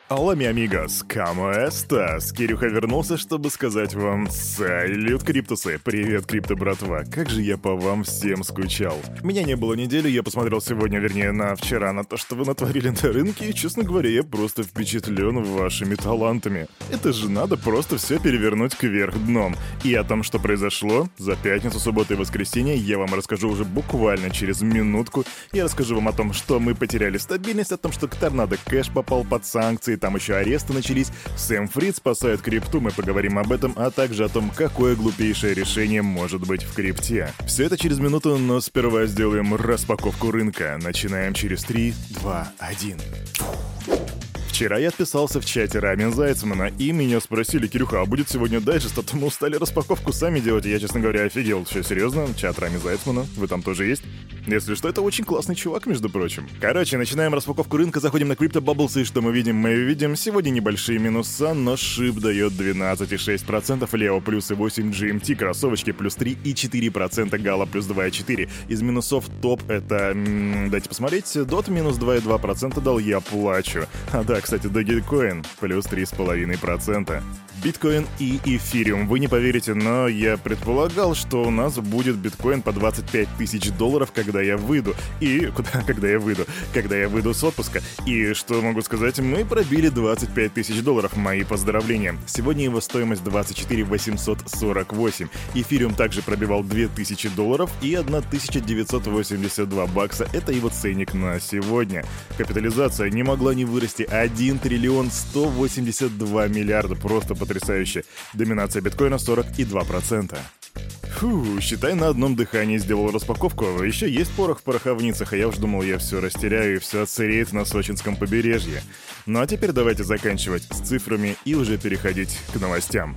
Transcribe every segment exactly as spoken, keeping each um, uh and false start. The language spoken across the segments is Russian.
Hola, mi amigos, ¿cómo estás? Кирюха вернулся, чтобы сказать вам салют, криптусы. Привет, крипто братва. Как же я по вам всем скучал. Меня не было неделю, я посмотрел сегодня, вернее, на вчера, на то, что вы натворили на рынке, и, честно говоря, я просто впечатлен вашими талантами. Это же надо просто все перевернуть кверх дном. И о том, что произошло за пятницу, субботу и воскресенье, я вам расскажу уже буквально через минутку. Я расскажу вам о том, что мы потеряли стабильность, о том, что Торнадо Кэш попал под санкции, там еще аресты начались, Сэм Фрид спасает крипту, мы поговорим об этом, а также о том, какое глупейшее решение может быть в крипте. Все это через минуту, но сперва сделаем распаковку рынка. Начинаем через три, два, один. Вчера я отписался в чате Рамин Зайцмана, и меня спросили: Кирюха, а будет сегодня дайджест, а то мы устали распаковку сами делать, и я, честно говоря, офигел. Все серьезно? Чат Рамин Зайцмана? Вы там тоже есть? Если что, это очень классный чувак, между прочим. Короче, начинаем распаковку рынка, заходим на Crypto Bubbles, и что мы видим? Мы видим сегодня небольшие минуса, но шип дает двенадцать и шесть десятых процента, Лео плюс и восемь, джи эм ти, кроссовочки плюс три и четыре процента, Гала плюс два и четыре процента. Из минусов топ это, м-м, дайте посмотреть, Дот минус два и два процента дал, я плачу. А да, кстати, Dogecoin плюс три и пять десятых процента. Биткоин и эфириум. Вы не поверите, но я предполагал, что у нас будет биткоин по двадцать пять тысяч долларов, когда я выйду. И куда, когда я выйду? Когда я выйду с отпуска. И что могу сказать? Мы пробили двадцать пять тысяч долларов. Мои поздравления. Сегодня его стоимость двадцать четыре тысячи восемьсот сорок восемь. Эфириум также пробивал две тысячи долларов и тысяча девятьсот восемьдесят два бакса. Это его ценник на сегодня. Капитализация не могла не вырасти. один триллион сто восемьдесят два миллиарда. Просто потрясающе. Доминация биткоина сорок и два процента. Фу, считай, на одном дыхании сделал распаковку. Еще есть порох в пороховницах, а я уж думал, я все растеряю и все отсыреет на сочинском побережье. Ну а теперь давайте заканчивать с цифрами и уже переходить к новостям.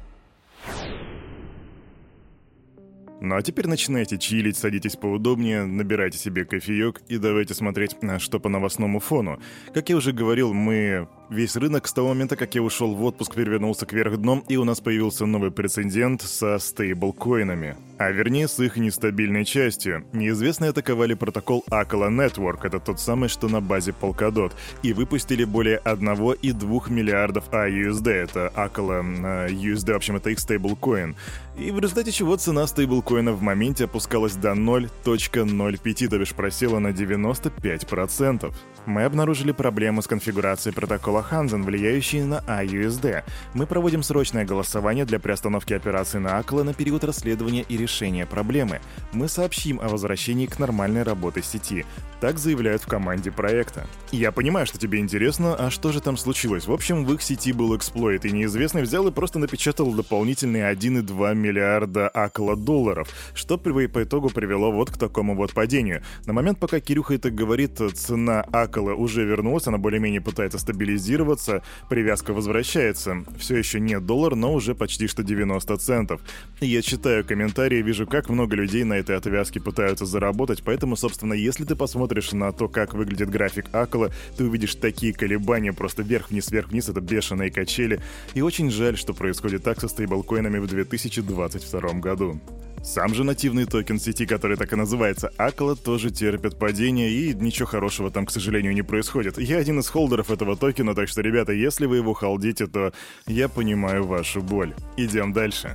Ну а теперь начинайте чилить, садитесь поудобнее, набирайте себе кофеек и давайте смотреть, что по новостному фону. Как я уже говорил, мы... Весь рынок с того момента, как я ушел в отпуск, перевернулся кверх дном, и у нас появился новый прецедент со стейблкоинами. А вернее, с их нестабильной частью. Неизвестные атаковали протокол Acala Network, это тот самый, что на базе Polkadot, и выпустили более одного и двух миллиардов эй ю эс ди, это Acala ю эс ди, в общем, это их стейблкоин. И в результате чего цена стейблкоина в моменте опускалась до ноль целых ноль пять, то бишь просела на девяносто пять процентов. Мы обнаружили проблему с конфигурацией протокола Hansen, влияющие на эй ю эс ди. Мы проводим срочное голосование для приостановки операций на Acala на период расследования и решения проблемы. Мы сообщим о возвращении к нормальной работе сети. Так заявляют в команде проекта. Я понимаю, что тебе интересно, а что же там случилось? В общем, в их сети был эксплойт, и неизвестный взял и просто напечатал дополнительные один и два миллиарда Acala долларов, что по итогу привело вот к такому вот падению. На момент, пока Кирюха это говорит, цена Acala уже вернулась, она более-менее пытается стабилизироваться, привязка возвращается. Все еще не доллар, но уже почти что девяносто центов. Я читаю комментарии, вижу, как много людей на этой отвязке пытаются заработать, поэтому, собственно, если ты посмотришь на то, как выглядит график Acala, ты увидишь такие колебания, просто вверх-вниз, вверх-вниз, это бешеные качели. И очень жаль, что происходит так со стейблкоинами в две тысячи двадцать втором году. Сам же нативный токен сети, который так и называется Acala, тоже терпит падение, и ничего хорошего там, к сожалению, не происходит. Я один из холдеров этого токена, так что, ребята, если вы его холдите, то я понимаю вашу боль. Идем дальше.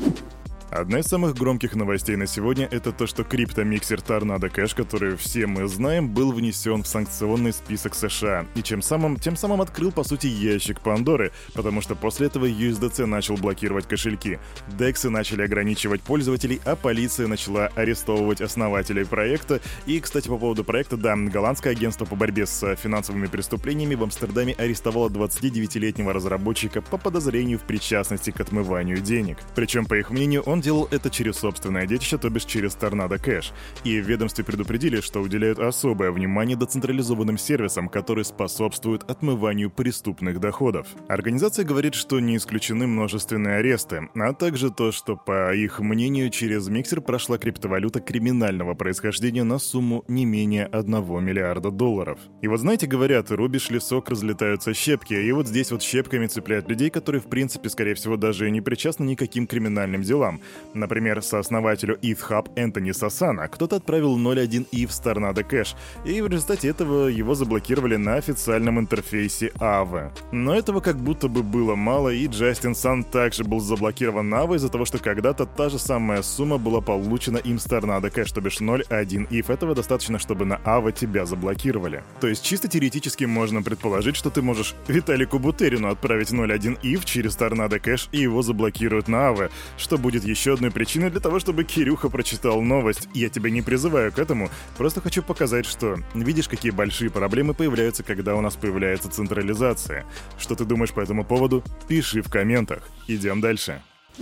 Одна из самых громких новостей на сегодня — это то, что криптомиксер Торнадо Кэш, который все мы знаем, был внесен в санкционный список США, и чем самым, тем самым открыл, по сути, ящик Пандоры, потому что после этого ю эс ди си начал блокировать кошельки, дексы начали ограничивать пользователей, а полиция начала арестовывать основателей проекта. И, кстати, по поводу проекта, да, голландское агентство по борьбе с финансовыми преступлениями в Амстердаме арестовало двадцатидевятилетнего разработчика по подозрению в причастности к отмыванию денег. Причем, по их мнению, он делал это через собственное детище, то бишь через Торнадо Кэш. И в ведомстве предупредили, что уделяют особое внимание децентрализованным сервисам, которые способствуют отмыванию преступных доходов. Организация говорит, что не исключены множественные аресты, а также то, что, по их мнению, через миксер прошла криптовалюта криминального происхождения на сумму не менее одного миллиарда долларов. И вот знаете, говорят, рубишь лесок, разлетаются щепки, и вот здесь вот щепками цепляют людей, которые, в принципе, скорее всего, даже не причастны никаким криминальным делам. Например, сооснователю и ти Hub Энтони Сасана кто-то отправил ноль один и ти в Starnado Cash, и в результате этого его заблокировали на официальном интерфейсе Aave. Но этого как будто бы было мало, и Джастин Сан также был заблокирован Aave из-за того, что когда-то та же самая сумма была получена им в Starnado Cash, то бишь ноль один и ти. Этого достаточно, чтобы на Aave тебя заблокировали. То есть чисто теоретически можно предположить, что ты можешь Виталику Бутерину отправить ноль один и ти через Starnado Cash, и его заблокируют на Aave, что будет еще одной причиной для того, чтобы Кирюха прочитал новость. Я тебя не призываю к этому, просто хочу показать, что видишь, какие большие проблемы появляются, когда у нас появляется централизация. Что ты думаешь по этому поводу? Пиши в комментах. Идем дальше.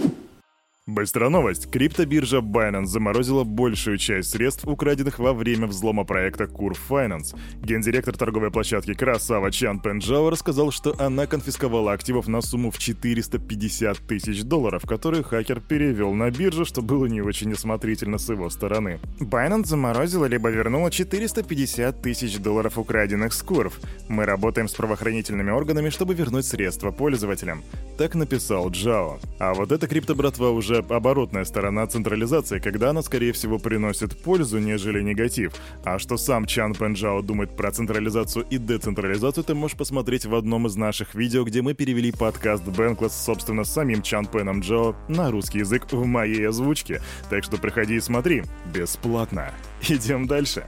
Быстрая новость. Криптобиржа Binance заморозила большую часть средств, украденных во время взлома проекта Curve Finance. Гендиректор торговой площадки Красава Чан Пенджао рассказал, что она конфисковала активов на сумму в четыреста пятьдесят тысяч долларов, которые хакер перевел на биржу, что было не очень осмотрительно с его стороны. Binance заморозила либо вернула четыреста пятьдесят тысяч долларов, украденных с Curve. Мы работаем с правоохранительными органами, чтобы вернуть средства пользователям. Так написал Джао. А вот эта криптобратва уже оборотная сторона централизации, когда она, скорее всего, приносит пользу, нежели негатив. А что сам Чан Пенджао думает про централизацию и децентрализацию, ты можешь посмотреть в одном из наших видео, где мы перевели подкаст Bankless, собственно, с самим Чан Пеном Джао на русский язык в моей озвучке. Так что приходи и смотри. Бесплатно. Идем дальше.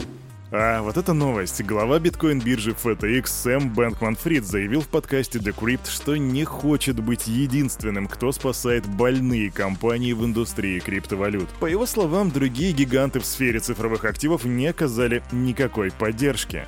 А вот эта новость. Глава биткоин-биржи эф ти экс Сэм Бэнкман-Фрид заявил в подкасте Decrypt, что не хочет быть единственным, кто спасает больные компании в индустрии криптовалют. По его словам, другие гиганты в сфере цифровых активов не оказали никакой поддержки.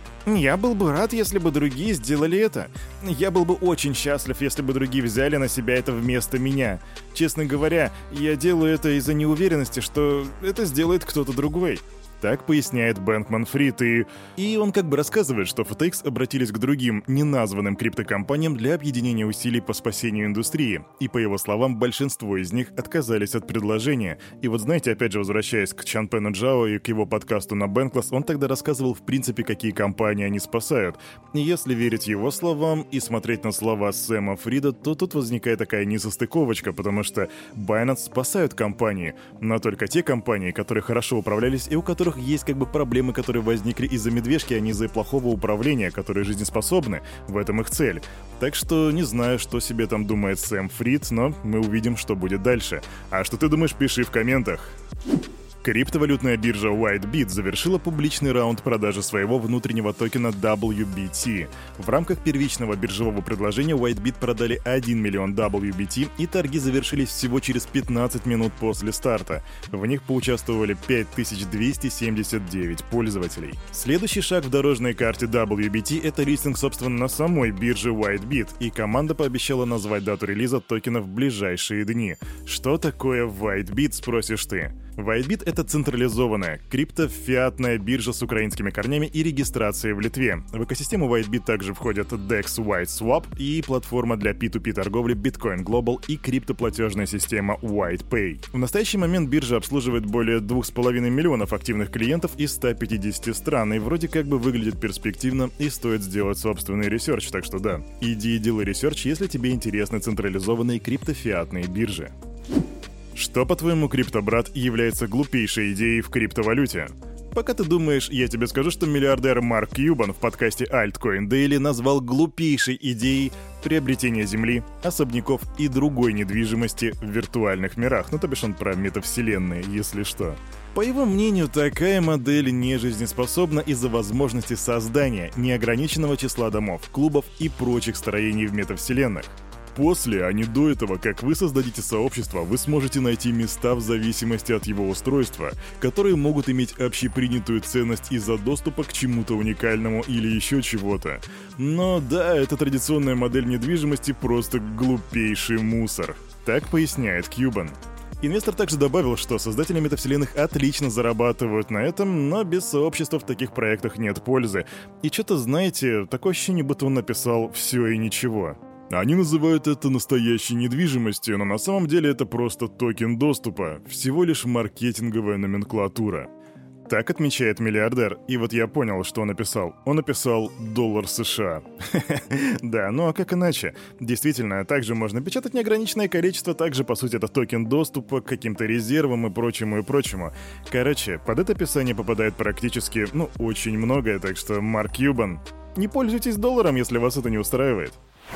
Я был бы рад, если бы другие сделали это. Я был бы очень счастлив, если бы другие взяли на себя это вместо меня. Честно говоря, я делаю это из-за неуверенности, что это сделает кто-то другой. Так поясняет Бэнкман-Фрид, и... И он как бы рассказывает, что эф ти экс обратились к другим, неназванным криптокомпаниям для объединения усилий по спасению индустрии. И, по его словам, большинство из них отказались от предложения. И вот знаете, опять же, возвращаясь к Чан Пену Джао и к его подкасту на Bankless, он тогда рассказывал, в принципе, какие компании они спасают. И если верить его словам и смотреть на слова Сэма Фрида, то тут возникает такая несостыковочка, потому что Binance спасают компании, но только те компании, которые хорошо управлялись и у которых есть как бы проблемы, которые возникли из-за медвежки, а не из-за плохого управления, которые жизнеспособны. В этом их цель. Так что не знаю, что себе там думает Сэм Фрид, но мы увидим, что будет дальше. А что ты думаешь, пиши в комментах. Криптовалютная биржа WhiteBit завершила публичный раунд продажи своего внутреннего токена дабл ю би ти. В рамках первичного биржевого предложения WhiteBit продали один миллион дабл ю би ти, и торги завершились всего через пятнадцать минут после старта. В них поучаствовали пять тысяч двести семьдесят девять пользователей. Следующий шаг в дорожной карте дабл ю би ти — это листинг, собственно, на самой бирже WhiteBit, и команда пообещала назвать дату релиза токена в ближайшие дни. Что такое WhiteBit, спросишь ты? WhiteBit — это централизованная криптофиатная биржа с украинскими корнями и регистрацией в Литве. В экосистему WhiteBit также входят декс WhiteSwap и платформа для пи ту пи торговли Bitcoin Global и криптоплатежная система WhitePay. В настоящий момент биржа обслуживает более двух с половиной миллионов активных клиентов из ста пятидесяти стран, и вроде как бы выглядит перспективно и стоит сделать собственный ресерч, так что да, иди и делай ресерч, если тебе интересны централизованные криптофиатные биржи. Что, по-твоему, криптобрат, является глупейшей идеей в криптовалюте? Пока ты думаешь, я тебе скажу, что миллиардер Марк Кьюбан в подкасте Altcoin Daily назвал глупейшей идеей приобретение земли, особняков и другой недвижимости в виртуальных мирах. Ну, то бишь он про метавселенные, если что. По его мнению, такая модель не жизнеспособна из-за возможности создания неограниченного числа домов, клубов и прочих строений в метавселенных. После, а не до этого, как вы создадите сообщество, вы сможете найти места в зависимости от его устройства, которые могут иметь общепринятую ценность из-за доступа к чему-то уникальному или еще чего-то. Но да, эта традиционная модель недвижимости просто глупейший мусор. Так поясняет Кьюбан. Инвестор также добавил, что создатели метавселенных отлично зарабатывают на этом, но без сообщества в таких проектах нет пользы. И что-то, знаете, такое ощущение, будто он написал «все и ничего». Они называют это настоящей недвижимостью, но на самом деле это просто токен доступа, всего лишь маркетинговая номенклатура. Так отмечает миллиардер. И вот я понял, что он написал. Он написал «доллар США». Да, ну а как иначе? Действительно, также можно печатать неограниченное количество, также, по сути, это токен доступа к каким-то резервам и прочему, и прочему. Короче, под это описание попадает практически, ну, очень многое, так что, Марк Кьюбан, не пользуйтесь долларом, если вас это не устраивает.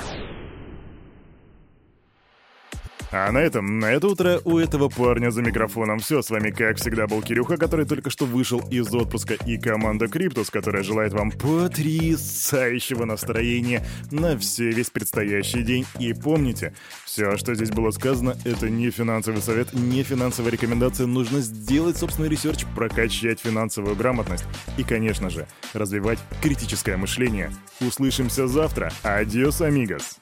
А на этом, на это утро у этого парня за микрофоном все. С вами, как всегда, был Кирюха, который только что вышел из отпуска, и команда Криптус, которая желает вам потрясающего настроения на все весь предстоящий день. И помните, все, что здесь было сказано, это не финансовый совет, не финансовая рекомендация. Нужно сделать собственный ресерч, прокачать финансовую грамотность и, конечно же, развивать критическое мышление. Услышимся завтра. Адиос, амигос.